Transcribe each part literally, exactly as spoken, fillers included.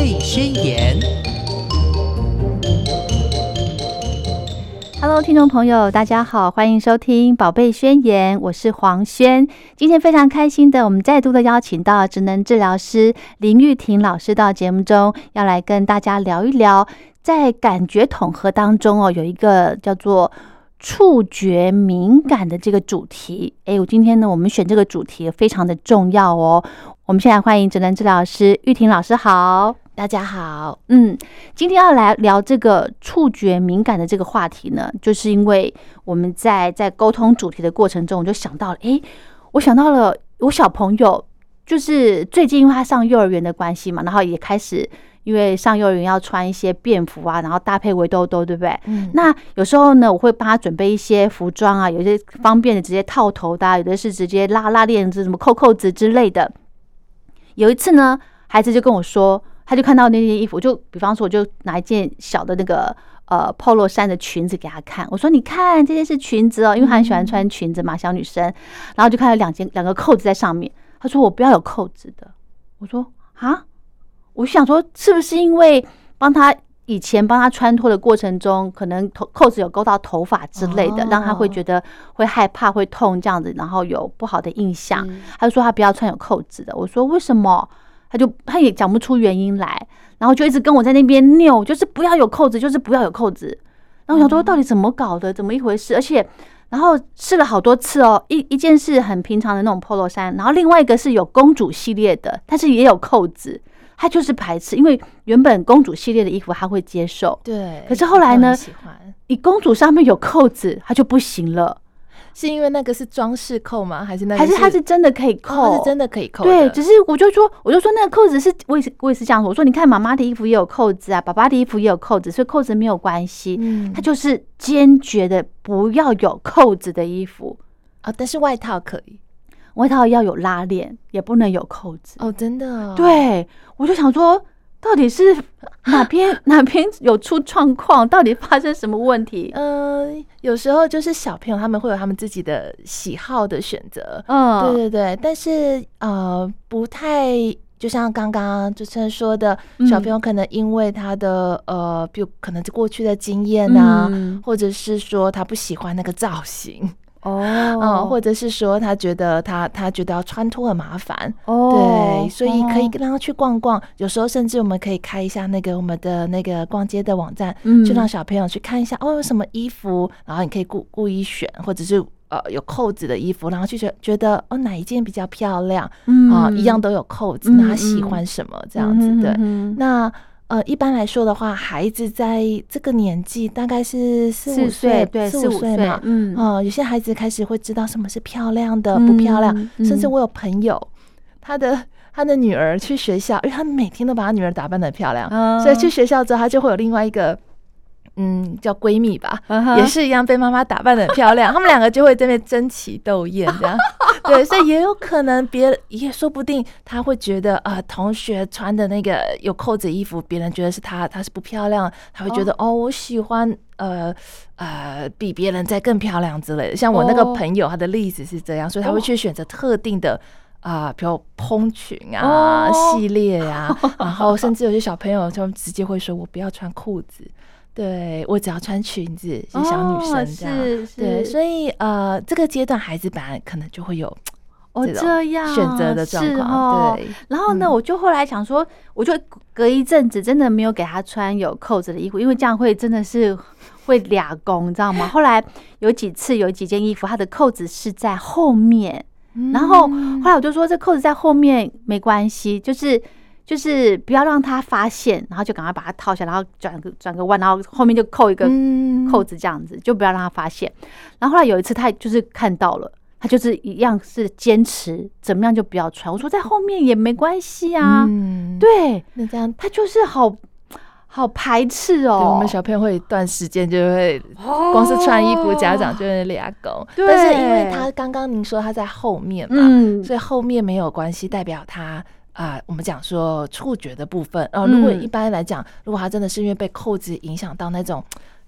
贝宣言》。 Hello， 听众朋友，大家好，欢迎收听《宝贝宣言》，我是黄轩。今天非常开心的，我们再度的邀请到职能治疗师林玉婷老师到节目中，要来跟大家聊一聊，在感觉统合当中哦，有一个叫做触觉敏感的这个主题。哎，我今天呢，我们选这个主题非常的重要哦。我们现在欢迎职能治疗师玉婷老师，好。 大家好， 嗯，今天要来聊这个触觉敏感的这个话题呢，就是因为我们在在沟通主题的过程中，我就想到了，哎，我想到了我小朋友，就是最近因为他上幼儿园的关系嘛，然后也开始因为上幼儿园要穿一些便服啊，然后搭配围兜兜，对不对？嗯，那有时候呢，我会帮他准备一些服装啊，有些方便的直接套头的、啊，有的是直接拉拉链子、什么扣扣子之类的。有一次呢，孩子就跟我说。他就看到那件衣服，就比方说，我就拿一件小的那个呃 polo 衫的裙子给他看。我说：“你看，这件是裙子哦，因为他很喜欢穿裙子嘛，小女生。”然后就看到两件两个扣子在上面。他说：“我不要有扣子的。”我说：“啊！”我想说，是不是因为帮他以前帮他穿脱的过程中，可能头扣子有勾到头发之类的，让他会觉得会害怕、会痛这样子，然后有不好的印象。他就说他不要穿有扣子的。我说：“为什么？”他就他也讲不出原因来，然后就一直跟我在那边拗，就是不要有扣子，就是不要有扣子。然后我想说到底怎么搞的，怎么一回事？而且然后试了好多次哦，一一件是很平常的那种 polo 衫，然后另外一个是有公主系列的，但是也有扣子，他就是排斥，因为原本公主系列的衣服他会接受， 对， 可是后来呢，你公主上面有扣子，他就不行了。 是因为那个是装饰扣吗？还是那个是还是它是真的可以扣？ 哦、是真的可以扣的。 对，只是我就说，我就说那个扣子是，我也是我也是这样说。我说你看，妈妈的衣服也有扣子啊，爸爸的衣服也有扣子，所以扣子没有关系。嗯，他就是坚决的不要有扣子的衣服啊、哦，但是外套可以， 外套要有拉链，也不能有扣子。 哦，真的、哦。 对，我就想说。到底是哪边哪边有出状况？到底发生什么问题？ 嗯、呃，有时候就是小朋友他们会有他们自己的喜好的选择，嗯，对对对，但是呃，不太就像刚刚主持人说的，小朋友可能因为他的、嗯、呃，比如可能过去的经验啊、嗯，或者是说他不喜欢那个造型。哦、嗯，或者是说他觉得他他觉得要穿脱很麻烦，哦，对，所以可以让他去逛逛。有时候甚至我们可以开一下那个我们的那个逛街的网站，嗯，就让小朋友去看一下哦，有什么衣服，然后你可以故故意选，或者是呃有扣子的衣服，然后去觉觉得哦哪一件比较漂亮，嗯啊、呃，一样都有扣子，那他喜欢什么这样子，对，嗯、那。呃，一般来说的话，孩子在这个年纪大概是四五岁， 对， 四五岁嘛， 嗯， 呃，有些孩子开始会知道什么是漂亮的，不漂亮，嗯、甚至我有朋友，他的他的女儿去学校，因为他每天都把他女儿打扮得很漂亮，嗯、所以去学校之后，他就会有另外一个。嗯，叫闺蜜吧， uh-huh. 也是一样被妈妈打扮得很漂亮，他们两个就会在那边争奇斗艳这样，对，所以也有可能别也说不定他会觉得呃，同学穿的那个有扣子衣服，别人觉得是他，他是不漂亮，他会觉得、oh. 哦，我喜欢呃呃比别人再更漂亮之类的。像我那个朋友，他的例子是这样，所以他会去选择特定的。啊、呃，比如蓬裙啊、oh. 系列啊，然后甚至有些小朋友就直接会说：“我不要穿裤子。”对，我只要穿裙子，是小女生这样。哦、是是对，所以呃，这个阶段孩子本来可能就会有哦这样选择的状况、 哦。 对， 然后呢、嗯，我就后来想说，我就隔一阵子真的没有给他穿有扣子的衣服，因为这样会真的是会俩公，你知道吗？后来有几次有几件衣服，它的扣子是在后面。然后后来我就说，这扣子在后面没关系，就是就是不要让他发现，然后就赶快把它套下，然后转个转个弯，然后后面就扣一个扣子，这样子就不要让他发现。然后后来有一次他就是看到了，他就是一样是坚持怎么样就不要穿。我说在后面也没关系啊，嗯、对， 那这样他就是好。好排斥哦！ 对，我们小朋友会一段时间就会，光是穿衣服，哦、家长就会俩狗。但是因为他刚刚您说他在后面嘛，嗯、所以后面没有关系，代表他啊、呃，我们讲说触觉的部分。呃，如果一般来讲，如果他真的是因为被扣子影响到那种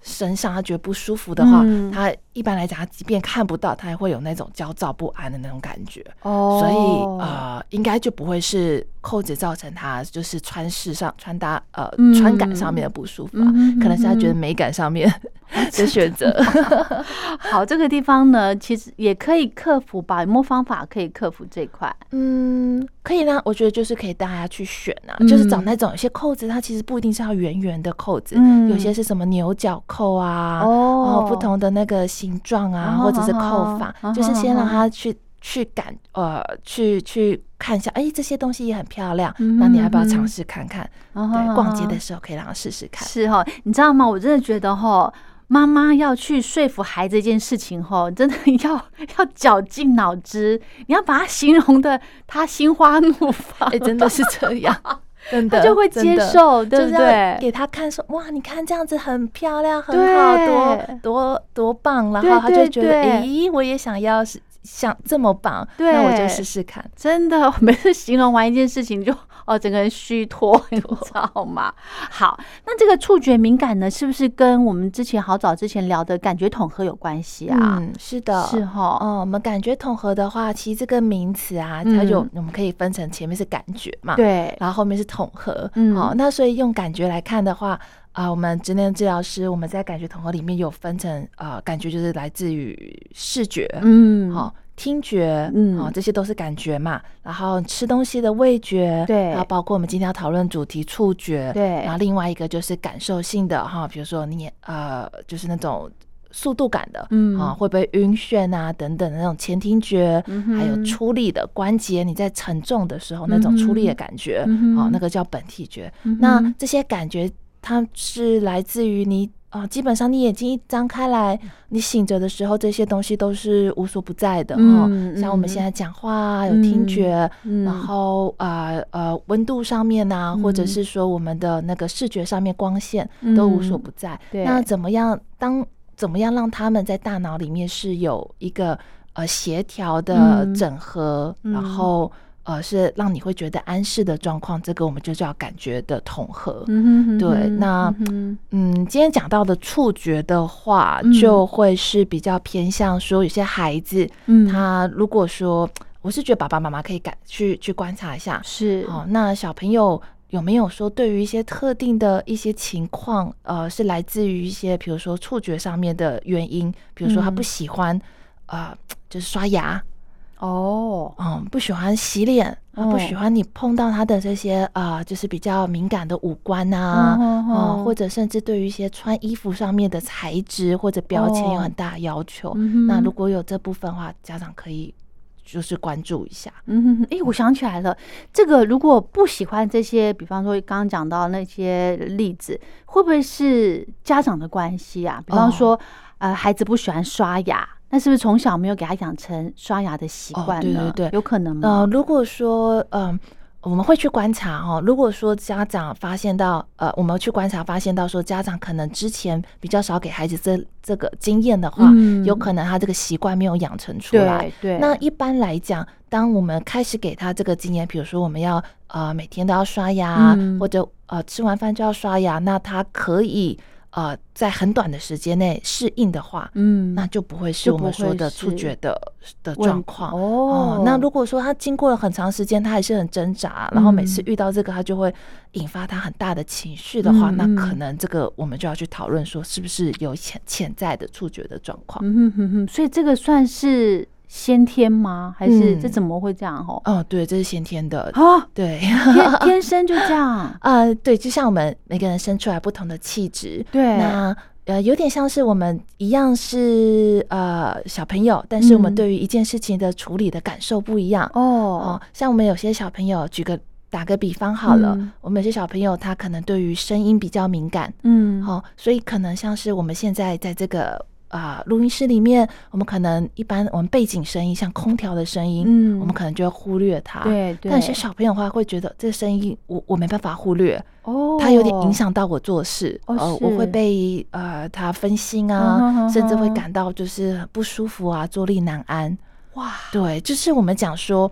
身上他觉得不舒服的话， 嗯、 他一般来讲，他即便看不到，他也会有那种焦躁不安的那种感觉。 哦， 所以呃，应该就不会是扣子造成他就是穿饰上、穿搭呃、嗯、穿感上面的不舒服、啊嗯、可能是他觉得美感上面的选择。 好，这个地方呢，其实也可以克服吧？有没有方法可以克服这一块？ 嗯，可以让我觉得就是可以大家去选啊，嗯、就是找那种有些扣子，它其实不一定是要圆圆的扣子，嗯、有些是什么牛角扣啊，哦，不同的那个形状啊，哦、或者是扣法，哦、就是先让他去。去感呃，去去看一下，哎，这些东西也很漂亮，嗯、那你要不要尝试看看？嗯、对，逛街的时候可以让他试试看。 是哈，你知道吗？我真的觉得哈，妈妈要去说服孩子这件事情哈，真的要要绞尽脑汁，你要把它形容的他心花怒放， 哎，真的是这样。真的他就会接受，对不对？ 给他看说，哇，你看这样子很漂亮，很好，多多多棒，然后他就觉得，咦，我也想要是。像这么棒，那我就试试看。 真的，每次形容完一件事情就哦，整个人虚脱，你知道吗？好，那这个触觉敏感呢，是不是跟我们之前好早之前聊的感觉统合有关系啊？ 嗯，是的， 是哈。 嗯，我们感觉统合的话，其实这个名词啊，它就、嗯、我们可以分成前面是感觉嘛， 对， 然后后面是统合。嗯，好，那所以用感觉来看的话。啊、呃，我们职能治疗师，我们在感觉统合里面有分成，呃，感觉就是来自于视觉，嗯，好、哦，听觉，嗯，好、哦，这些都是感觉嘛。然后吃东西的味觉， 对， 然后包括我们今天要讨论主题触觉， 对，然后另外一个就是感受性的哈，比如说你呃，就是那种速度感的，嗯，啊，会不会晕眩啊等等的那种前听觉，嗯、还有出力的关节，你在承重的时候、嗯、那种出力的感觉，嗯、哦，那个叫本体觉。嗯、那这些感觉。它是来自于你啊、呃，基本上你眼睛一张开来，你醒着的时候，这些东西都是无所不在的哈、嗯哦。像我们现在讲话有听觉，嗯、然后呃呃温度上面啊、嗯，或者是说我们的那个视觉上面光线都无所不在。嗯、对，那怎么样当怎么样让他们在大脑里面是有一个呃协调的整合，嗯、然后。呃，是让你会觉得安适的状况，这个我们就叫感觉的统合。嗯哼哼对，那嗯，嗯，今天讲到的触觉的话，嗯、就会是比较偏向说，有些孩子，嗯，他如果说，我是觉得爸爸妈妈可以感去去观察一下， 是好、哦，那小朋友有没有说对于一些特定的一些情况，呃，是来自于一些比如说触觉上面的原因，比如说他不喜欢，嗯、呃，就是刷牙。哦，嗯，不喜欢洗脸，哦、不喜欢你碰到他的这些啊、呃，就是比较敏感的五官啊，哦哦呃，或者甚至对于一些穿衣服上面的材质或者标签有很大的要求。哦、那如果有这部分的话，家长可以就是关注一下。 嗯，哎、欸，我想起来了，这个如果不喜欢这些，比方说刚刚讲到那些例子，会不会是家长的关系啊？比方说，哦、呃，孩子不喜欢刷牙。那是不是从小没有给他养成刷牙的习惯呢？哦、对对对，有可能吗？ 呃，如果说，嗯、呃，我们会去观察哈、哦。如果说家长发现到，呃，我们去观察发现到说，家长可能之前比较少给孩子这这个经验的话，嗯、有可能他这个习惯没有养成出来。 对对。 那一般来讲，当我们开始给他这个经验，比如说我们要呃每天都要刷牙，嗯、或者呃吃完饭就要刷牙，那他可以。呃，在很短的时间内适应的话，嗯，那就不会是我们说的触觉的的状况哦、呃。那如果说他经过了很长时间，他还是很挣扎，然后每次遇到这个，他就会引发他很大的情绪的话，嗯、那可能这个我们就要去讨论说，是不是有潜潜在的触觉的状况。 嗯哼哼哼，所以这个算是。先天吗？还是这怎么会这样？哦、 嗯，哦，对，这是先天的啊，对， 天天生就这样啊、呃，对，就像我们每个人生出来不同的气质， 对， 那呃，有点像是我们一样是呃小朋友，但是我们对于一件事情的处理的感受不一样、嗯、哦，像我们有些小朋友，举个打个比方好了，嗯、我们有些小朋友他可能对于声音比较敏感，嗯，好、哦，所以可能像是我们现在在这个。啊，录音室里面，我们可能一般我们背景声音，像空调的声音，嗯，我们可能就会忽略它。 对对。 但有些小朋友的话，会觉得这个声音我我没办法忽略，哦，它有点影响到我做事，哦，呃、我会被呃他分心啊，嗯、甚至会感到就是不舒服啊，坐立难安。哇，对，就是我们讲说。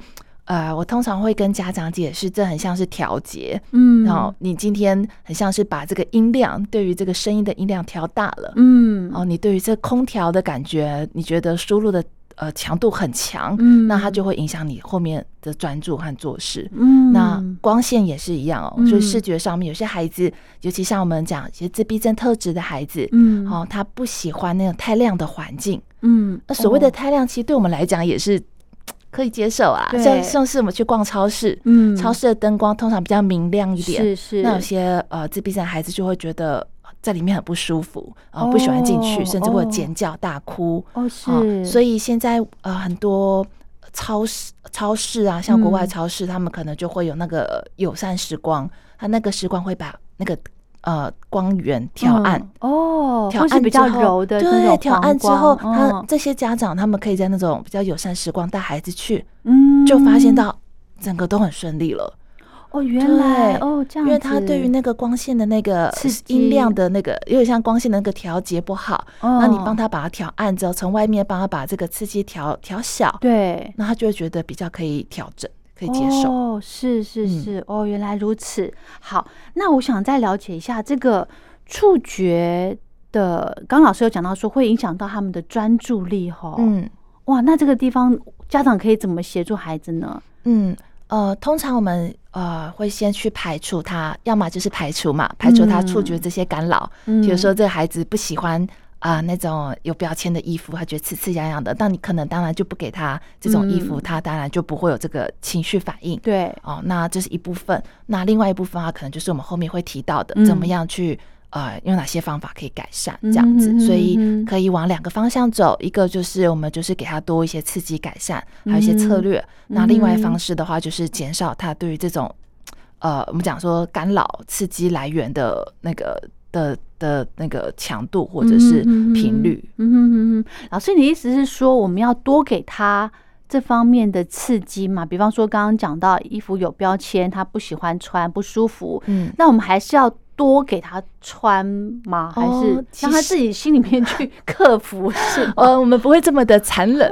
呃，我通常会跟家长解释，这很像是调节，嗯，然后你今天很像是把这个音量，对于这个声音的音量调大了，嗯，哦，你对于这空调的感觉，你觉得输入的呃强度很强，嗯，那它就会影响你后面的专注和做事，嗯，那光线也是一样哦，所以视觉上面有些孩子，尤其像我们讲一些自闭症特质的孩子，嗯，哦，他不喜欢那种太亮的环境，嗯，那所谓的太亮，其实对我们来讲也是可以接受啊，像像是我们去逛超市，嗯，超市的灯光通常比较明亮一点，是是，那有些呃自闭症孩子就会觉得在里面很不舒服，呃，不喜欢进去，甚至会尖叫大哭，哦，是，呃，所以现在呃很多超市超市啊，像国外超市，嗯，他们可能就会有那个友善时光，它那个时光会把那个呃光源调暗，嗯，哦，调暗比较柔的，对，调暗之后，嗯，他这些家长他们可以在那种比较友善时光带孩子去，嗯，就发现到整个都很顺利了。哦，原来哦这样子，因为他对于那个光线的那个音量的那个，有点像光线的那个调节不好，那，哦，你帮他把它调暗之后，从外面帮他把这个刺激调调小，对，那他就会觉得比较可以调整。可以接受哦，是是是，嗯，哦，原来如此。好，那我想再了解一下这个触觉的，刚刚老师有讲到说会影响到他们的专注力哈，嗯，哇，那这个地方家长可以怎么协助孩子呢？嗯，呃，通常我们呃会先去排除他，要么就是排除嘛，排除他触觉这些干扰，嗯，比如说这个孩子不喜欢。啊、呃，那种有标签的衣服，他觉得刺刺痒痒的，但你可能当然就不给他这种衣服，嗯，他当然就不会有这个情绪反应。对，哦，那这是一部分。那另外一部分啊，可能就是我们后面会提到的，嗯，怎么样去呃用哪些方法可以改善这样子，嗯，所以可以往两个方向走，一个就是我们就是给他多一些刺激改善，还有一些策略。嗯，那另外方式的话，就是减少他对于这种呃我们讲说干扰刺激来源的那个。的的那个强度或者是频率，嗯哼哼哼。老师，你的意思是说，我们要多给他这方面的刺激嘛？比方说，刚刚讲到衣服有标签，他不喜欢穿，不舒服，嗯，那我们还是要多给他穿吗？还是让他自己心里面去克服？是吗？呃，我们不会这么的残忍。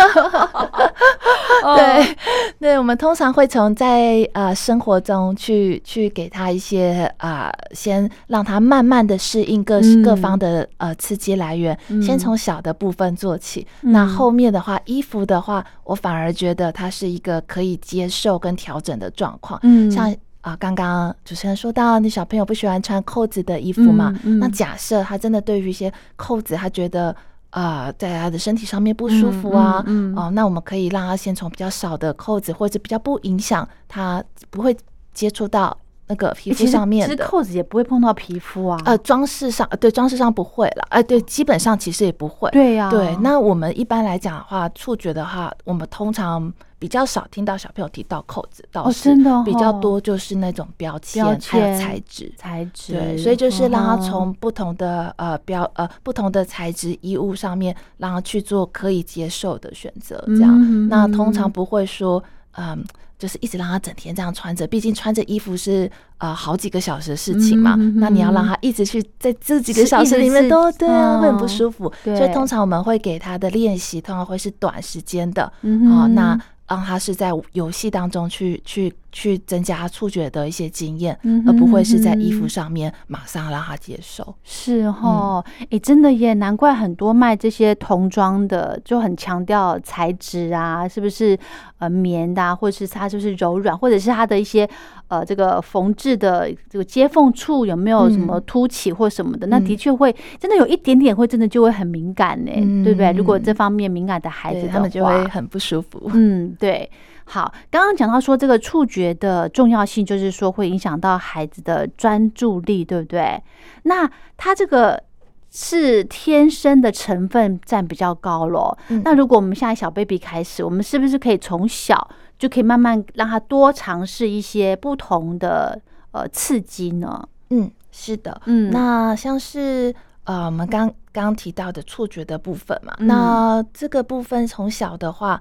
对，对，我们通常会从在呃生活中去去给他一些啊、呃，先让他慢慢的适应各、嗯、各方的呃刺激来源，嗯、先从小的部分做起。嗯、那后面的话，衣服的话，我反而觉得它是一个可以接受跟调整的状况。嗯，像啊、呃，刚刚主持人说到，你小朋友不喜欢穿扣子的衣服嘛？嗯嗯、那假设他真的对于一些扣子，他觉得。啊、呃，在他的身体上面不舒服啊，哦、嗯嗯呃，那我们可以让他先从比较少的扣子，或者比较不影响他不会接触到那个皮肤上面的，其实扣子也不会碰到皮肤啊。呃，装饰上，对，装饰上不会了，哎、呃，对，基本上其实也不会。对呀、啊，对。那我们一般来讲的话，触觉的话，我们通常比较少听到小朋友提到扣子，倒是真的、哦、比较多就是那种标签，标签还有材质，材质。对，所以就是让他从不同的呃标呃不同的材质衣物上面，让他去做可以接受的选择，这样。嗯、那通常不会说，嗯。就是一直让他整天这样穿着，毕竟穿着衣服是呃好几个小时的事情嘛。嗯、那你要让他一直去在这几个小时里面都对啊，会很不舒服。所以通常我们会给他的练习，通常会是短时间的啊、嗯呃。那让他是在游戏当中去去去增加他触觉的一些经验，嗯、而不会是在衣服上面马上让他接受。是齁，哎、嗯欸，真的耶，难怪很多卖这些童装的就很强调材质啊，是不是呃棉的、啊，或者是它就是柔软，或者是它的一些呃这个缝制的这个接缝处有没有什么凸起或什么的，嗯、那的确会真的有一点点会真的就会很敏感呢，嗯、对不对？如果这方面敏感的孩子的话，他们就会很不舒服。嗯，对。好，刚刚讲到说这个触觉的重要性，就是说会影响到孩子的专注力，对不对？那他这个是天生的成分占比较高咯。嗯、那如果我们现在小 baby 开始，我们是不是可以从小就可以慢慢让他多尝试一些不同的呃刺激呢？嗯，是的，嗯，那像是呃我们刚刚提到的触觉的部分嘛，嗯、那这个部分从小的话。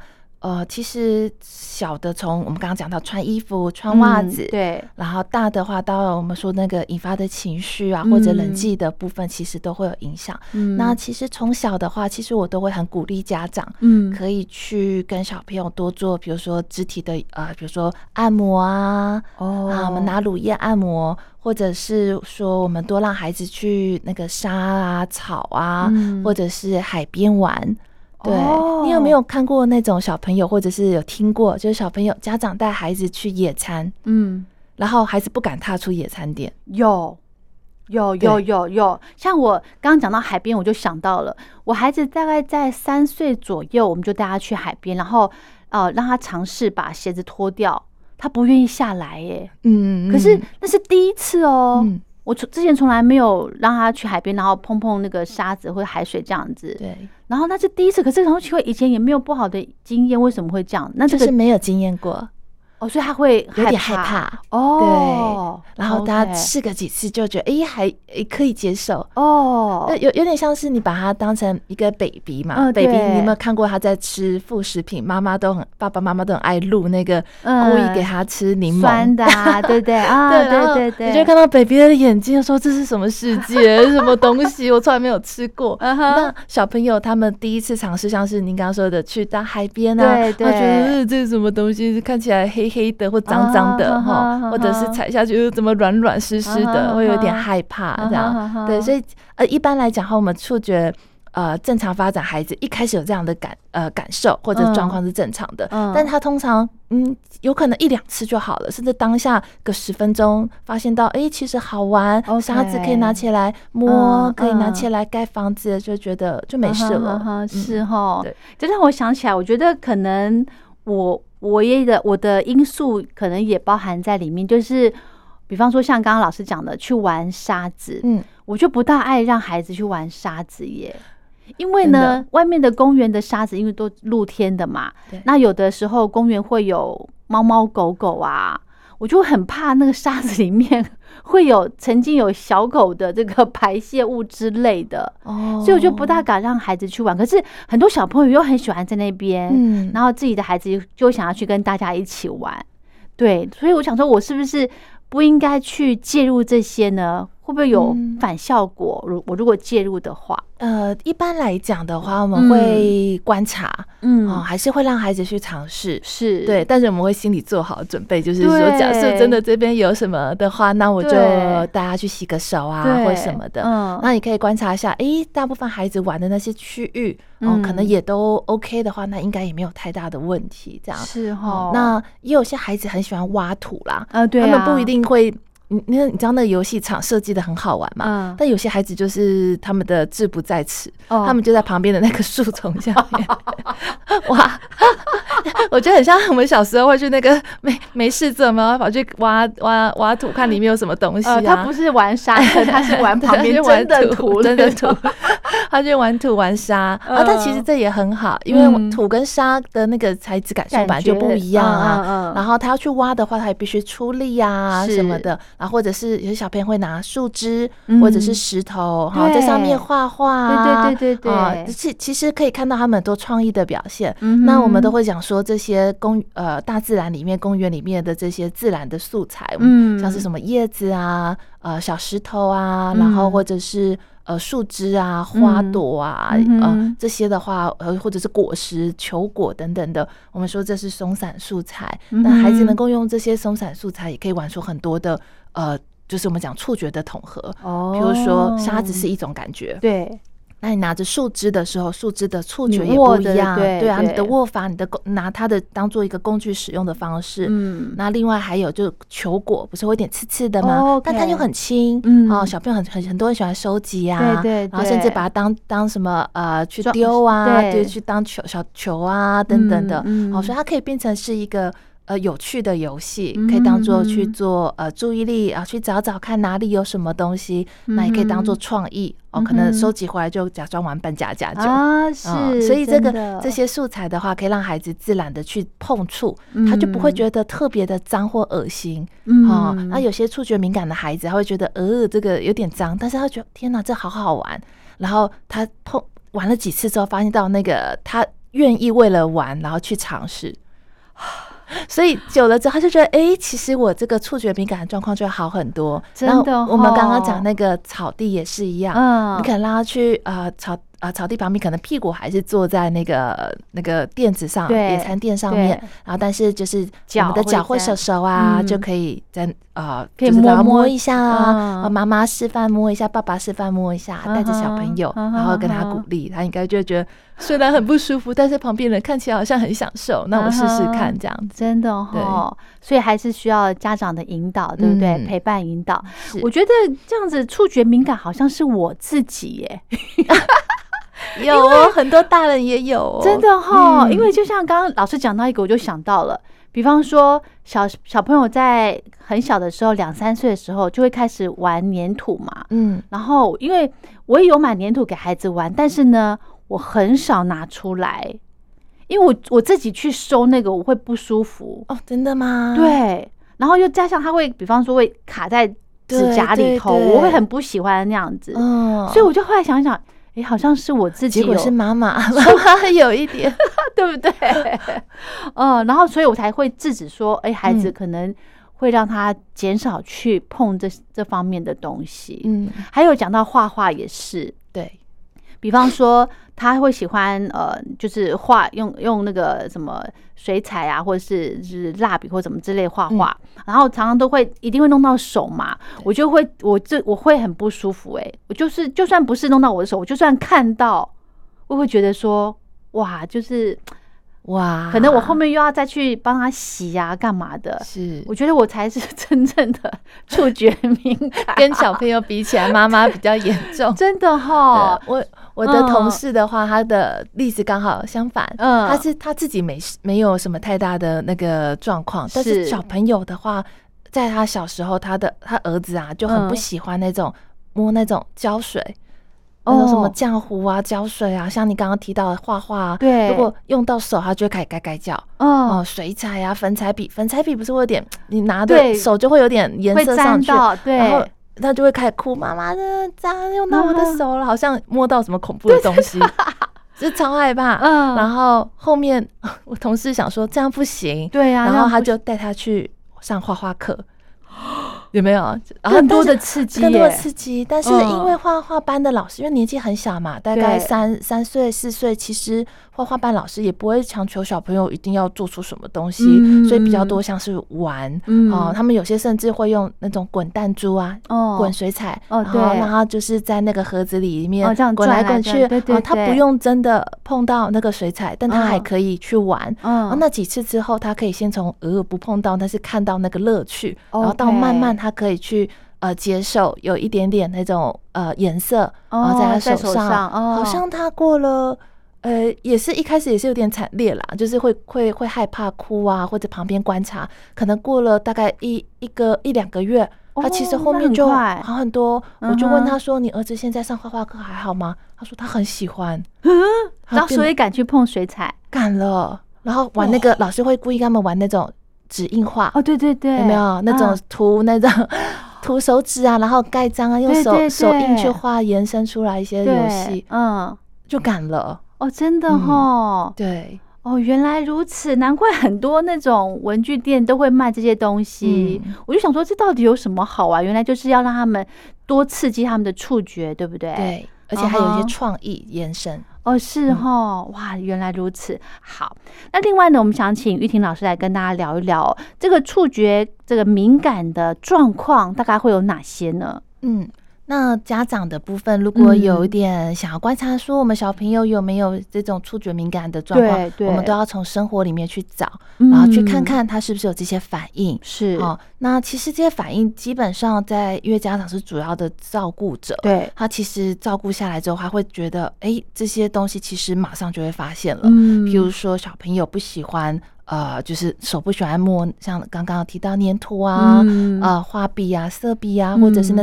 呃，其实小的从我们刚刚讲到穿衣服、穿袜子， 嗯、对， 然后大的话到我们说那个引发的情绪啊，或者人际的部分，其实都会有影响。嗯，那其实从小的话，其实我都会很鼓励家长，嗯，可以去跟小朋友多做，比如说肢体的呃，比如说按摩啊，哦，啊，我们拿乳液按摩，或者是说我们多让孩子去那个沙啊、草啊，嗯、或者是海边玩。对、哦、你有没有看过那种小朋友，或者是有听过，就是小朋友家长带孩子去野餐，嗯，然后孩子不敢踏出野餐垫？ 有有有有有，像我刚刚讲到海边，我就想到了，我孩子大概在三岁左右，我们就带他去海边，然后呃让他尝试把鞋子脱掉，他不愿意下来耶，嗯，可是那是第一次哦。嗯，我之前从来没有让他去海边，然后碰碰那个沙子或者海水这样子。对，然后那是第一次，可是很奇怪，以前也没有不好的经验，为什么会这样？那这个、就是没有经验过。 哦，所以他会有点害怕哦。对，然后他试个几次就觉得，哎、欸，还、欸、可以接受哦。有有点像是你把他当成一个 baby 嘛、嗯、，baby， 你有没有看过他在吃副食品？妈妈都很，爸爸妈妈都很爱录那个，故意给他吃柠檬、嗯、 酸的、啊，对对啊，对对对对， 你就看到 baby 的眼睛，说这是什么世界，什么东西，我从来没有吃过。uh-huh. 那小朋友他们第一次尝试，像是您刚刚说的，去到海边啊，对对，他觉得、呃、这是什么东西，看起来黑黑的或脏脏的哈、uh-huh. ，或者是踩下去怎么软软湿湿的， uh-huh. 会有点害怕这样。Uh-huh. 对，所以呃一般来讲哈，我们触觉呃正常发展，孩子一开始有这样的感呃感受或者状况是正常的，嗯，但他通常嗯有可能一两次就好了，甚至当下个十分钟发现到哎、欸、其实好玩， okay. 沙子可以拿起来摸，嗯、可以拿起来盖房子，就觉得就没事了。 嗯、是齁，对，这让我想起来，我觉得可能我。我也的我的因素可能也包含在里面，就是比方说像刚刚老师讲的去玩沙子，嗯，我就不大爱让孩子去玩沙子耶，因为呢外面的公园的沙子因为都露天的嘛，那有的时候公园会有猫猫狗狗啊，我就很怕那个沙子里面会有曾经有小狗的这个排泄物之类的，哦，所以我就不大敢让孩子去玩。可是很多小朋友又很喜欢在那边，嗯，然后自己的孩子就想要去跟大家一起玩，对，所以我想说，我是不是不应该去介入这些呢？会不会有反效果？如、嗯、我如果介入的话， 呃，一般来讲的话，我们会观察，嗯，哦，还是会让孩子去尝试，是对，但是我们会心里做好准备，就是说，假设真的这边有什么的话，那我就带他去洗个手啊，或什么的。嗯，那你可以观察一下，哎、欸，大部分孩子玩的那些区域，哦、嗯，可能也都 OK 的话，那应该也没有太大的问题。这样是哈、哦。那也有些孩子很喜欢挖土啦，啊，对啊，他们不一定会。你你你知道那个游戏场设计的很好玩嘛？嗯，但有些孩子就是他们的志不在此，哦、他们就在旁边的那个树丛下面，哇，我觉得很像我們小时候會去那個沒沒事做嘛，跑去挖挖挖土，看裡面有什麼東西啊。呃、他不是玩沙，他是玩旁邊真的土， 真的土，他就玩土玩沙、呃、啊。但其實這也很好，因為土跟沙的那個材質感受本來就不一樣啊。嗯嗯、然後他要去挖的話，他也必須出力啊什麼的。然後或者是有些小朋友會拿樹枝、嗯、或者是石頭哈，在上面畫畫。對對對對對。啊，其其實可以看到他們很多創意的表現。嗯、那我們都會講說這些公呃大自然裡面、公園裡面的這些自然的素材，嗯，像是什麼葉子啊、呃小石頭啊，嗯、然後或者是呃樹枝啊、花朵啊，嗯、呃這些的話，呃或者是果實、球果等等的，我們說這是鬆散素材。嗯、那孩子能夠用這些鬆散素材，也可以玩出很多的呃，就是我們講觸覺的統合。哦，比如說沙子是一種感覺，對。那你拿着樹枝的時候，樹枝的觸覺也不一樣，對，對啊，你的握法，你的拿它的當做一個工具使用的方式，嗯，那另外還有就球果，不是會有點刺刺的嗎？哦 okay、但它又很輕，嗯，哦，小朋友很很很多人喜歡收集啊，對對對，然後甚至把它當當什麼呃去丟啊，對，去當球小球啊等等的，嗯，嗯，哦，所以它可以變成是一個。呃，有趣的遊戲可以當做去做呃注意力啊，去找找看哪裡有什麼東西，嗯、那也可以當做創意哦。可能收集回來就假裝玩扮家家酒啊，是、嗯。所以這個這些素材的話，可以讓孩子自然的去碰觸，嗯、他就不會覺得特別的髒或惡心。嗯，哦，那有些觸覺敏感的孩子，他會覺得呃這個有點髒，但是他覺得天哪，這好好玩。然後他碰玩了幾次之後，發現到那個他。 愿意为了玩然后去尝试。所以久了之后，他就觉得，哎、欸，其实我这个触觉敏感的状况就会好很多。 真的、哦， 我们刚刚讲那个草地也是一样， 嗯， 你可能让他去呃草啊、呃、草地旁边，可能屁股还是坐在那个那个垫子上，野餐垫上面，然后但是就是我们的脚或手手啊，嗯、就可以在呃， 可以摸摸摸一下啊， 妈妈、嗯、示范摸一下，爸爸示范摸一下，带着小朋友，嗯、然后跟他鼓励，他应该就会觉得虽然很不舒服，但是旁边人看起来好像很享受，那我试试看这样子。 真的哦，所以还是需要家长的引导，对不对？嗯、陪伴引导。我觉得这样子触觉敏感好像是我自己耶。 有哦，很多大人也有哦， 真的哈、哦嗯。因为就像刚刚老师讲到一个，我就想到了，比方说小小朋友在很小的时候，两三岁的时候就会开始玩粘土嘛，嗯，然后因为我也有买粘土给孩子玩，但是呢，我很少拿出来，因为我我自己去收那个我会不舒服哦，真的吗？ 对，然后又加上它会，比方说会卡在指甲里头，我会很不喜欢那样子，嗯，所以我就后来想想。哎、欸，好像是我自己有， 结果是妈妈，妈妈有一点， 对不对？嗯，然后所以我才会制止说，哎、欸，孩子可能会让他减少去碰这这方面的东西。嗯，还有讲到画画也是， 对， 比方说他会喜欢呃，就是画用用那个什么水彩啊，或者是就是蜡笔或者什么之类画画、嗯，然后常常都会一定会弄到手嘛，我就会我这我会很不舒服哎、欸，我就是就算不是弄到我的手，我就算看到，我会觉得说哇，就是哇，可能我后面又要再去帮他洗啊，干嘛的？是，我觉得我才是真正的触觉敏感， 跟小朋友比起来，妈妈比较严重， 真的哈。 我我的同事的话，嗯、他的例子刚好相反，嗯，他是他自己没没有什么太大的那个状况，但是小朋友的话，在他小时候，他的他儿子啊就很不喜欢那种、嗯、摸那种胶水。那种什么浆糊啊、胶水啊，像你刚刚提到的画画啊，对，如果用到手，它就会开始盖盖叫。哦、嗯，水彩啊、粉彩笔，粉彩笔不是会有点，你拿的手就会有点颜色上去， 对， 然后他就会开始哭，妈妈的脏，用到我的手了，好像摸到什么恐怖的东西，就超害怕。嗯，然后后面我同事想说这样不行， 对呀、啊， 然后他就带他去上画画课。有没有更多的刺激？ 更多的刺激，但是因为画画班的老师，因为年纪很小嘛，大概三三岁四岁，其实画画班老师也不会强求小朋友一定要做出什么东西，嗯、所以比较多像是玩，嗯、哦，他们有些甚至会用那种滚弹珠啊，哦，滚水彩，哦，对，然后就是在那个盒子里面滚来滚去， 对对， 他不用真的碰到那个水彩，但他还可以去玩，嗯，那几次之后，他可以先从偶尔不碰到，但是看到那个乐趣，然后到慢慢。他可以去呃接受有一点点那种呃颜色，然后在他手上， 手上哦、 好像他过了呃也是一开始也是有点惨烈啦，就是会会会害怕哭啊，或者旁边观察，可能过了大概一一个一两个月，他其实后面就好很多。哦、我就问他说：“你儿子现在上画画课还好吗？”他说他很喜欢， 然后所以敢去碰水彩， 敢了，然后玩那个、哦、老师会故意跟他们玩那种。指印画哦，对对对， 有没有那种涂那种涂手指啊，然后盖章啊，用手手印去画，延伸出来一些游戏，嗯，就敢了哦，真的哦、 嗯，对， 哦，原来如此，难怪很多那种文具店都会卖这些东西。嗯、我就想说，这到底有什么好玩？原来就是要让他们多刺激他们的触觉，对不对？ 对，而且还有一些创意延伸。 哦，是齁，哇，原来如此。好，那另外呢，我们想请玉婷老师来跟大家聊一聊这个触觉这个敏感的状况，大概会有哪些呢？嗯。 那家长的部分，如果有一点想要观察，说我们小朋友有没有这种触觉敏感的状况，我们都要从生活里面去找，然后去看看他是不是有这些反应。 是， 哦，那其实这些反应基本上在，因为家长是主要的照顾者， 对， 他其实照顾下来之后，他会觉得，哎、欸，这些东西其实马上就会发现了。嗯，比如说小朋友不喜欢。呃，就是手不喜欢摸，像刚刚提到粘土啊、嗯、呃画笔啊、色笔啊，或者是那种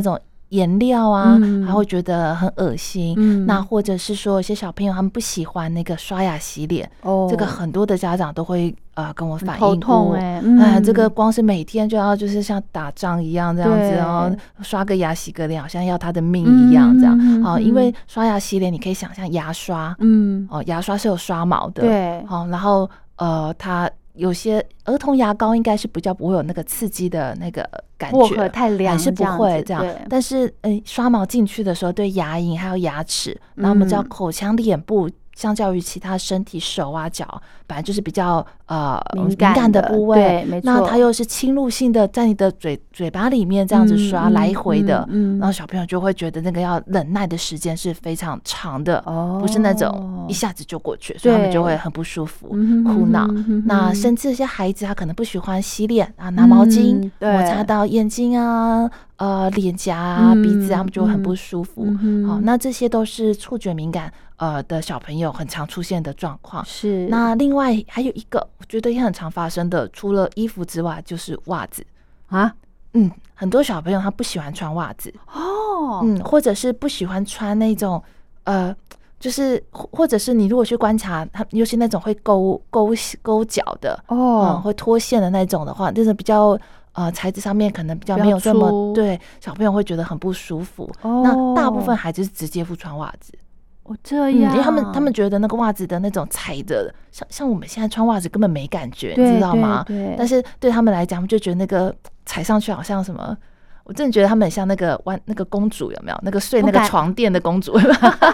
颜料啊， 嗯、 他会觉得很恶心、嗯。那或者是说，有些小朋友他们不喜欢那个刷牙洗脸，哦，这个很多的家长都会呃跟我反映过。头痛哎、欸， 嗯、呃，这个光是每天就要就是像打仗一样这样子，然后刷个牙洗个脸，好像要他的命一样这样。好、嗯嗯，因为刷牙洗脸，你可以想象牙刷，嗯，哦，牙刷是有刷毛的， 对， 好、哦，然后呃，它。有些儿童牙膏应该是比较不会有那个刺激的那个感觉， 薄荷太凉， 还是不会这样。但是，呃，刷毛进去的时候，对牙龈还有牙齿，然后我们知道口腔、脸部，相较于其他身体，手啊脚，本来就是比较呃敏感 的, 敏感的部位， 对，没错。 那它又是侵入性的，在你的嘴嘴巴里面这样子刷、嗯、来回的、嗯嗯，然后小朋友就会觉得那个要忍耐的时间是非常长的，哦，不是那种一下子就过去，所以他们就会很不舒服、哭闹、嗯。那甚至一些孩子他可能不喜欢洗脸啊，拿毛巾、嗯、摩擦到眼睛啊。呃，脸颊啊、鼻子啊，他们就很不舒服。好、嗯哦，那这些都是触觉敏感呃的小朋友很常出现的状况。 是。 那另外还有一个，我觉得也很常发生的，除了衣服之外，就是袜子啊。 嗯，很多小朋友他不喜欢穿袜子哦。 嗯，或者是不喜欢穿那种呃，就是或者是你如果去观察他，尤其那种会勾勾勾脚的哦、嗯，会脱线的那种的话，就是比较。呃，材质上面可能比较没有这么对，小朋友会觉得很不舒服。哦、那大部分孩子是直接不穿袜子。 哦，这样，嗯、 因为他们他们觉得那个袜子的那种踩的，像像我们现在穿袜子根本没感觉，你知道吗？ 对对。 但是对他们来讲，他们就觉得那个踩上去好像什么。我真的觉得他们很像那个弯那个公主，有没有？那个睡那个床垫的公主，就是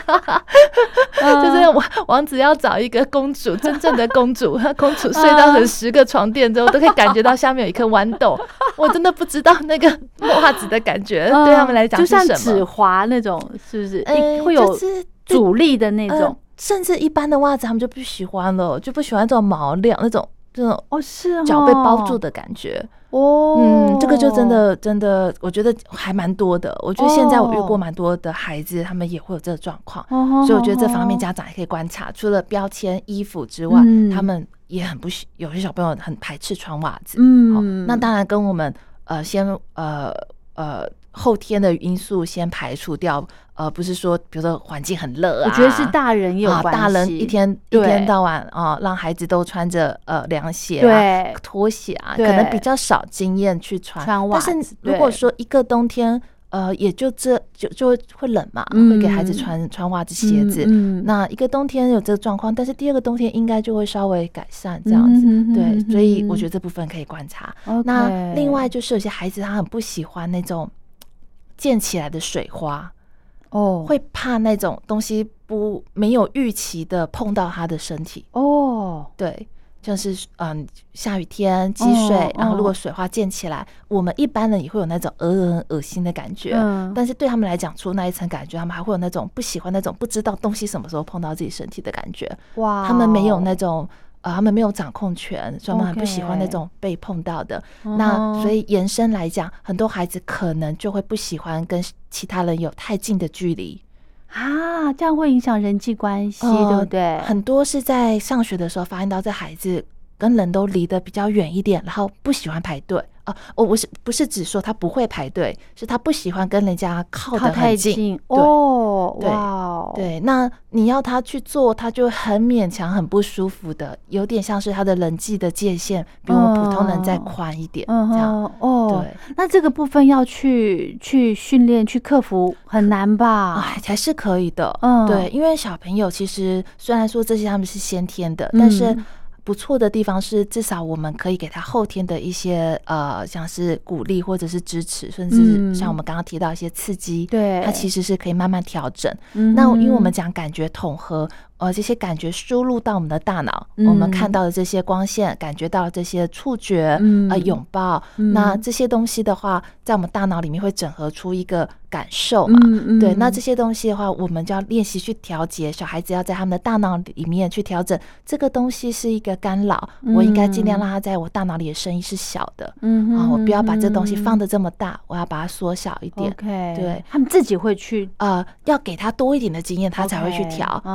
王王子要找一个公主，真正的公主，公主睡到了十个床垫之后，都可以感觉到下面有一颗豌豆。我真的不知道那个袜子的感觉对他们来讲是什么， 就像指滑那种，是不是？欸、会有阻力的那种、呃， 甚至一般的袜子他们就不喜欢了，就不喜欢这种毛料那种。这种哦是脚被包住的感觉哦， 嗯，这个就真的真的，我觉得还蛮多的。我觉得现在我遇过蛮多的孩子，他们也会有这个状况，所以我觉得这方面家长也可以观察。除了标签、衣服之外，他们也很不喜，有些小朋友很排斥穿袜子。嗯，那当然跟我们呃先呃呃。后天的因素先排除掉，呃，不是说比如说环境很热啊， 我觉得是大人也有关系、啊， 大人一天一天到晚啊，让孩子都穿着呃凉鞋啊、拖鞋啊，可能比较少经验去穿穿袜子。 但是如果说一个冬天，呃，也就这就就会冷嘛，嗯、会给孩子穿穿袜子、鞋子、嗯嗯。那一个冬天有这个状况，但是第二个冬天应该就会稍微改善这样子。嗯、对，所以我觉得这部分可以观察。 Okay、 那另外就是有些孩子他很不喜欢那种溅起来的水花，哦，会怕那种东西不没有预期的碰到他的身体。哦，对。就是嗯，下雨天积水、哦，然后如果水花溅起来、哦，我们一般人也会有那种恶恶恶心的感觉、嗯。但是对他们来讲，除了那一层感觉，他们还会有那种不喜欢那种不知道东西什么时候碰到自己身体的感觉。哇，他们没有那种呃，他们没有掌控权，所以他们很不喜欢那种被碰到的。Okay. 那所以延伸来讲，很多孩子可能就会不喜欢跟其他人有太近的距离。 啊，这样会影响人际关系、呃，对不对？ 很多是在上学的时候发现到这孩子跟人都离得比较远一点，然后不喜欢排队啊。我不是不是只说他不会排队，是他不喜欢跟人家靠得很近。 靠太近哦， 对哇，对。那你要他去做，他就很勉强，很不舒服的，有点像是他的人际的界限比我们普通人再宽一点，嗯、这样哦。对，那这个部分要去去训练、去克服，很难吧？ 哎，还是可以的。嗯，对，因为小朋友其实虽然说这些他们是先天的，嗯、但是。不错的地方是，至少我们可以给他后天的一些呃，像是鼓励或者是支持，甚至像我们刚刚提到一些刺激，对、嗯，它其实是可以慢慢调整。嗯、那因为我们讲感觉统合，呃，这些感觉输入到我们的大脑、嗯，我们看到的这些光线，感觉到这些触觉，嗯、呃，拥抱、嗯，那这些东西的话，在我们大脑里面会整合出一个感受嘛？嗯嗯、对，那这些东西的话，我们就要练习去调节。小孩子要在他们的大脑里面去调整，这个东西是一个干扰，嗯、我应该尽量让它在我大脑里的声音是小的，嗯啊，我不要把这东西放得这么大，我要把它缩小一点。 Okay, 对， 他们自己会去呃，要给他多一点的经验，他才会去调。Okay, 那如果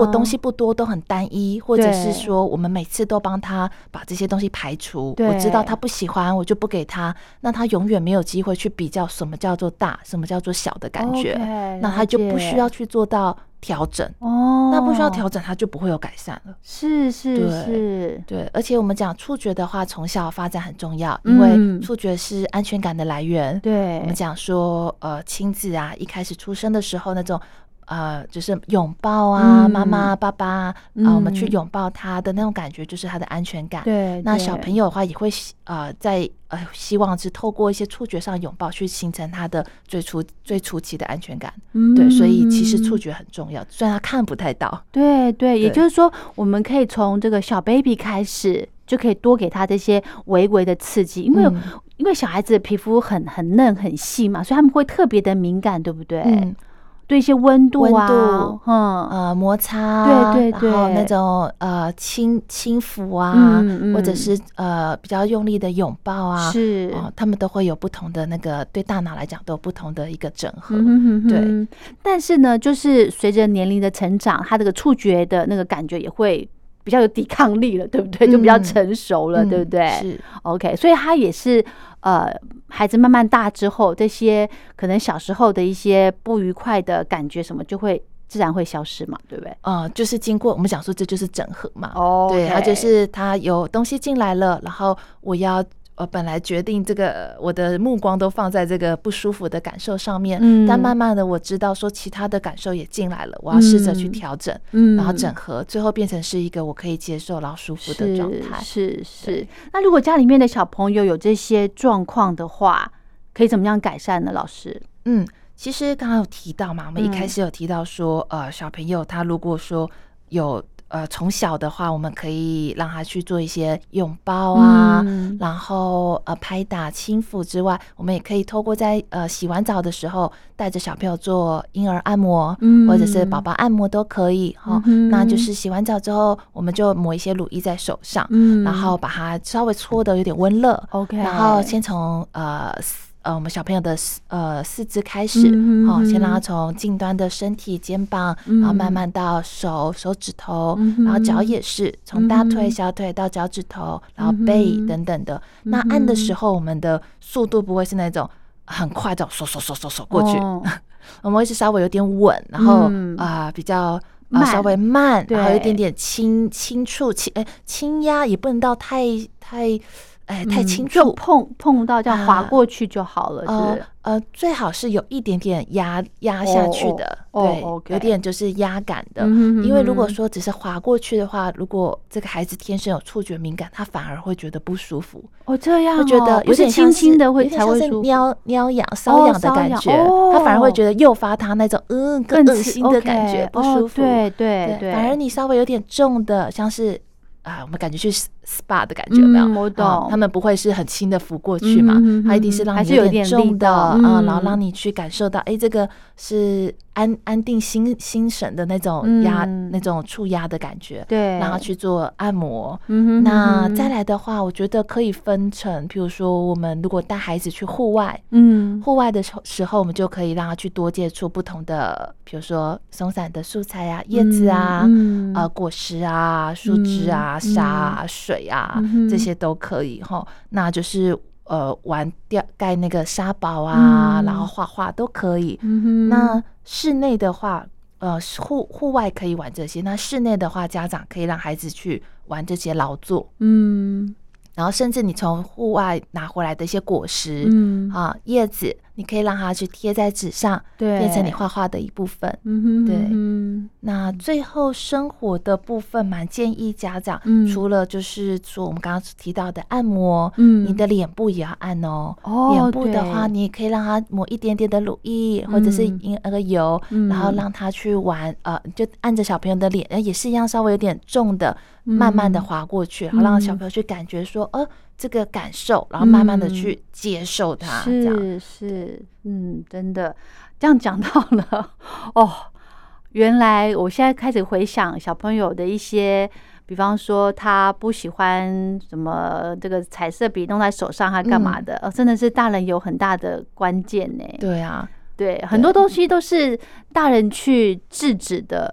东西不多，都很单一，或者是说我们每次都帮他把这些东西排除，我知道他不喜欢我就不给他，那他永远没有机会去比较什么叫做大，什么叫做小的感觉， okay, 那他就不需要去做到调整哦，那不需要调整，它就不会有改善了。 是是是， 对，而且我们讲触觉的话，从小发展很重要，因为触觉是安全感的来源。对、嗯，我们讲说，呃，亲子啊，一开始出生的时候那种。呃，就是拥抱啊，妈妈、爸爸啊、呃，我们去拥抱他的那种感觉，就是他的安全感。对，那小朋友的话也会呃，在呃，希望是透过一些触觉上拥抱，去形成他的最初最初期的安全感。嗯，对，所以其实触觉很重要，虽然他看不太到。 对对，也就是说，我们可以从这个小 baby 开始，就可以多给他这些微微的刺激，因为、嗯、因为小孩子的皮肤很很嫩很细嘛，所以他们会特别的敏感，对不对？嗯。对一些温度啊，温度， 嗯，呃，摩擦，对对对，然后那种呃轻轻抚啊，嗯嗯，或者是呃比较用力的拥抱啊，是，哦，他们都会有不同的那个对大脑来讲都有不同的一个整合，嗯、对。 但是呢，就是随着年龄的成长，他这个触觉的那个感觉也会比较有抵抗力了，对不对？就比较成熟了，嗯、对不对？是 ，OK， 所以他也是。呃，孩子慢慢大之后，这些可能小时候的一些不愉快的感觉什么，就会自然会消失嘛，对不对？ 呃，就是经过我们讲说，这就是整合嘛。哦， okay. 对，它就是它有东西进来了，然后我要呃本来决定这个我的目光都放在这个不舒服的感受上面，嗯，但慢慢的我知道说其他的感受也进来了，我要试着去调整，嗯，然后整合，最后变成是一个我可以接受然后舒服的状态。 是 是, 是。那如果家里面的小朋友有这些状况的话，可以怎么样改善呢？老师？ 嗯，其实刚刚有提到嘛，我们一开始有提到说，嗯、呃，小朋友他如果说有。呃，从小的话，我们可以让他去做一些拥抱啊，嗯、然后呃拍打、轻抚之外，我们也可以透过在呃洗完澡的时候，带着小朋友做婴儿按摩，嗯、或者是宝宝按摩都可以哈。嗯、那就是洗完澡之后，我们就抹一些乳液在手上，嗯、然后把它稍微搓的有点温热 ，OK， 然后先从呃。呃，我们小朋友的呃四肢开始，嗯哦、先让他从近端的身体、肩膀，嗯、然后慢慢到手、手指头，嗯、然后脚也是从大腿、小腿到脚趾头，然后背等等的。嗯、那按的时候，我们的速度不会是那种很快的，嗖嗖嗖嗖嗖过去，哦、我们会是稍微有点稳，然后啊、嗯呃、比较。啊，稍微慢，然后有一点点轻轻触、轻哎轻压，也不能到太太。哎，太轻触， 就碰碰到这样滑过去就好了， 啊、是呃，最好是有一点点压压下去的，哦、对，哦 okay、有点就是压感的。嗯、因为如果说只是滑过去的话，如果这个孩子天生有触觉敏感，他反而会觉得不舒服。 哦，这样、哦， 会觉得有点轻轻的会才会舒服，喵喵痒、瘙痒的感觉，哦、他反而会觉得诱发他那种嗯更恶心的感觉， okay, 不舒服。 哦、对对对， 反而你稍微有点重的，像是。啊，我们感觉去 S P A 的感觉有没有？ 嗯、我懂、 啊，他们不会是很轻的拂过去嘛，嗯、他一定是让你有点重的啊、嗯，然后让你去感受到，哎，这个是安安定心心神的那种压、嗯、那种触压的感觉，对，然后去做按摩。嗯、那再来的话，我觉得可以分成，比如说我们如果带孩子去户外，嗯，户外的时候，我们就可以让他去多接触不同的，比如说松散的素材啊、叶子啊、嗯、呃果实啊、树枝啊。嗯沙啊、水啊，嗯、这些都可以哈。那就是呃，玩吊盖那个沙堡啊，嗯、然后画画都可以。嗯、那室内的话，呃，户户外可以玩这些。那室内的话，家长可以让孩子去玩这些劳作。嗯，然后甚至你从户外拿回来的一些果实，嗯啊，叶子。你可以让它去贴在纸上，对，变成你画画的一部分。嗯哼，对。嗯、那最后生活的部分，蛮建议家长，嗯、除了就是说我们刚刚提到的按摩，嗯，你的脸部也要按哦。哦，脸部的话，你也可以让它抹一点点的乳液，嗯、或者是那个油，嗯、然后让他去玩，呃，就按着小朋友的脸，也是一样，稍微有点重的，嗯、慢慢的滑过去，然后让小朋友去感觉说，呃。这个感受，然后慢慢的去接受它， 嗯、 这样是是，嗯，真的，这样讲到了哦，原来我现在开始回想小朋友的一些，比方说他不喜欢什么这个彩色笔弄在手上，他干嘛的？嗯、哦，真的是大人有很大的关键呢。 对啊， 对，很多东西都是大人去制止的。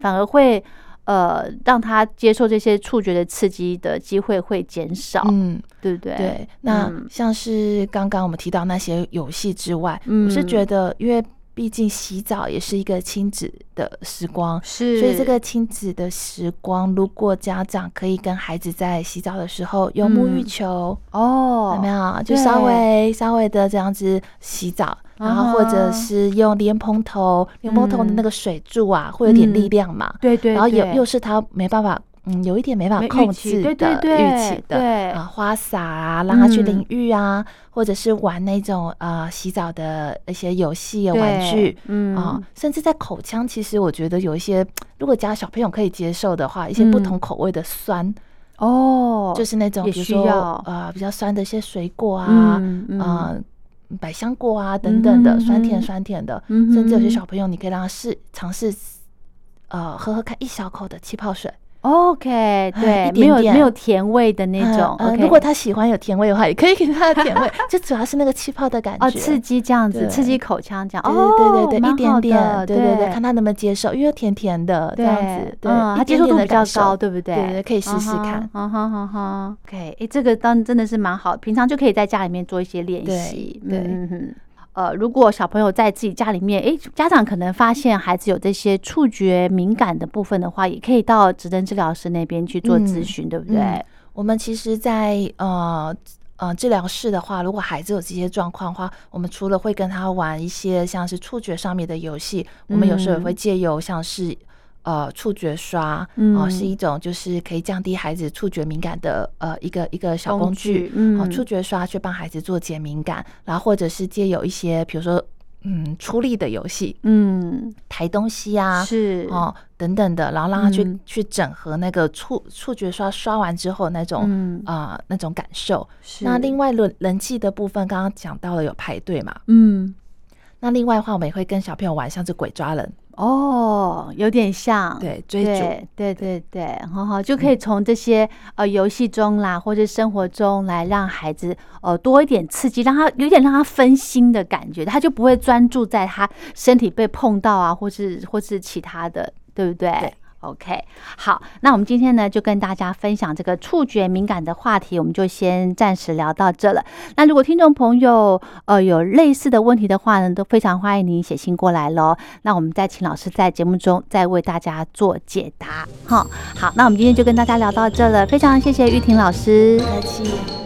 反而会呃让他接受这些触觉的刺激的机会会减少，嗯，对不对？ 对，那像是刚刚我们提到那些游戏之外，嗯，我是觉得因为毕竟洗澡也是一个亲子的时光， 是， 所以这个亲子的时光，如果家长可以跟孩子在洗澡的时候用沐浴球，嗯、哦，有没有？就稍微稍微的这样子洗澡，然后或者是用莲蓬头，莲蓬头的那个水柱啊，会有点力量嘛， 嗯、对, 对对， 然后也又是他没办法。嗯，有一点没办法控制的浴器的， 对啊，花洒啊，让他去淋浴啊，嗯、或者是玩那种呃洗澡的一些游戏玩具，嗯啊，甚至在口腔，其实我觉得有一些，如果家小朋友可以接受的话，一些不同口味的酸。嗯哦，就是那种比如说呃比较酸的一些水果啊，嗯嗯、呃百香果啊等等的，嗯、酸甜酸甜的，嗯、甚至有些小朋友你可以让他试尝试，呃喝喝看一小口的气泡水。 OK， 对，没有没有甜味的那种。 嗯 okay 如果他喜欢有甜味的话，也可以给他甜味，就主要是那个气泡的感觉， 哦，刺激这样子，刺激口腔这样。 哦，对对对对， 一点点，对对对，看他能不能接受，因为甜甜的这样子，对， 他接受度比较高，对不对？ 对对，可以试试看。 哈哈哈哈 OK， 哎，这个当真的是蛮好，平常就可以在家里面做一些练习。 对， 嗯哼。呃，如果小朋友在自己家里面，诶，家长可能发现孩子有这些触觉敏感的部分的话，也可以到职能治疗师那边去做咨询，嗯、对不对？嗯、 我们其实在，在呃呃治疗室的话，如果孩子有这些状况的话，我们除了会跟他玩一些像是触觉上面的游戏，我们有时候也会借由像是。呃，触觉刷，嗯、呃，是一种就是可以降低孩子触觉敏感的呃一个一个小工具，嗯、呃，触觉刷去帮孩子做减敏感，然后或者是借有一些比如说嗯出力的游戏，嗯，抬东西啊， 是哦、呃、等等的，然后让他去、嗯、去整合那个触触觉刷刷完之后那种、嗯、呃那种感受。那另外人人际的部分，刚刚讲到了有排队嘛，嗯，那另外的话，我们也会跟小朋友玩像是鬼抓人。 哦，有点像， 对，追逐， 对对对，好好，就可以从这些、嗯、呃游戏中啦，或者生活中来让孩子呃多一点刺激，让他有点让他分心的感觉，他就不会专注在他身体被碰到啊，或是或是其他的，对不对？对。OK， 好，那我们今天呢就跟大家分享这个触觉敏感的话题，我们就先暂时聊到这了。那如果听众朋友呃有类似的问题的话呢，都非常欢迎您写信过来咯。那我们再请老师在节目中再为大家做解答。好，好，那我们今天就跟大家聊到这了，非常谢谢玉婷老师， 不客气。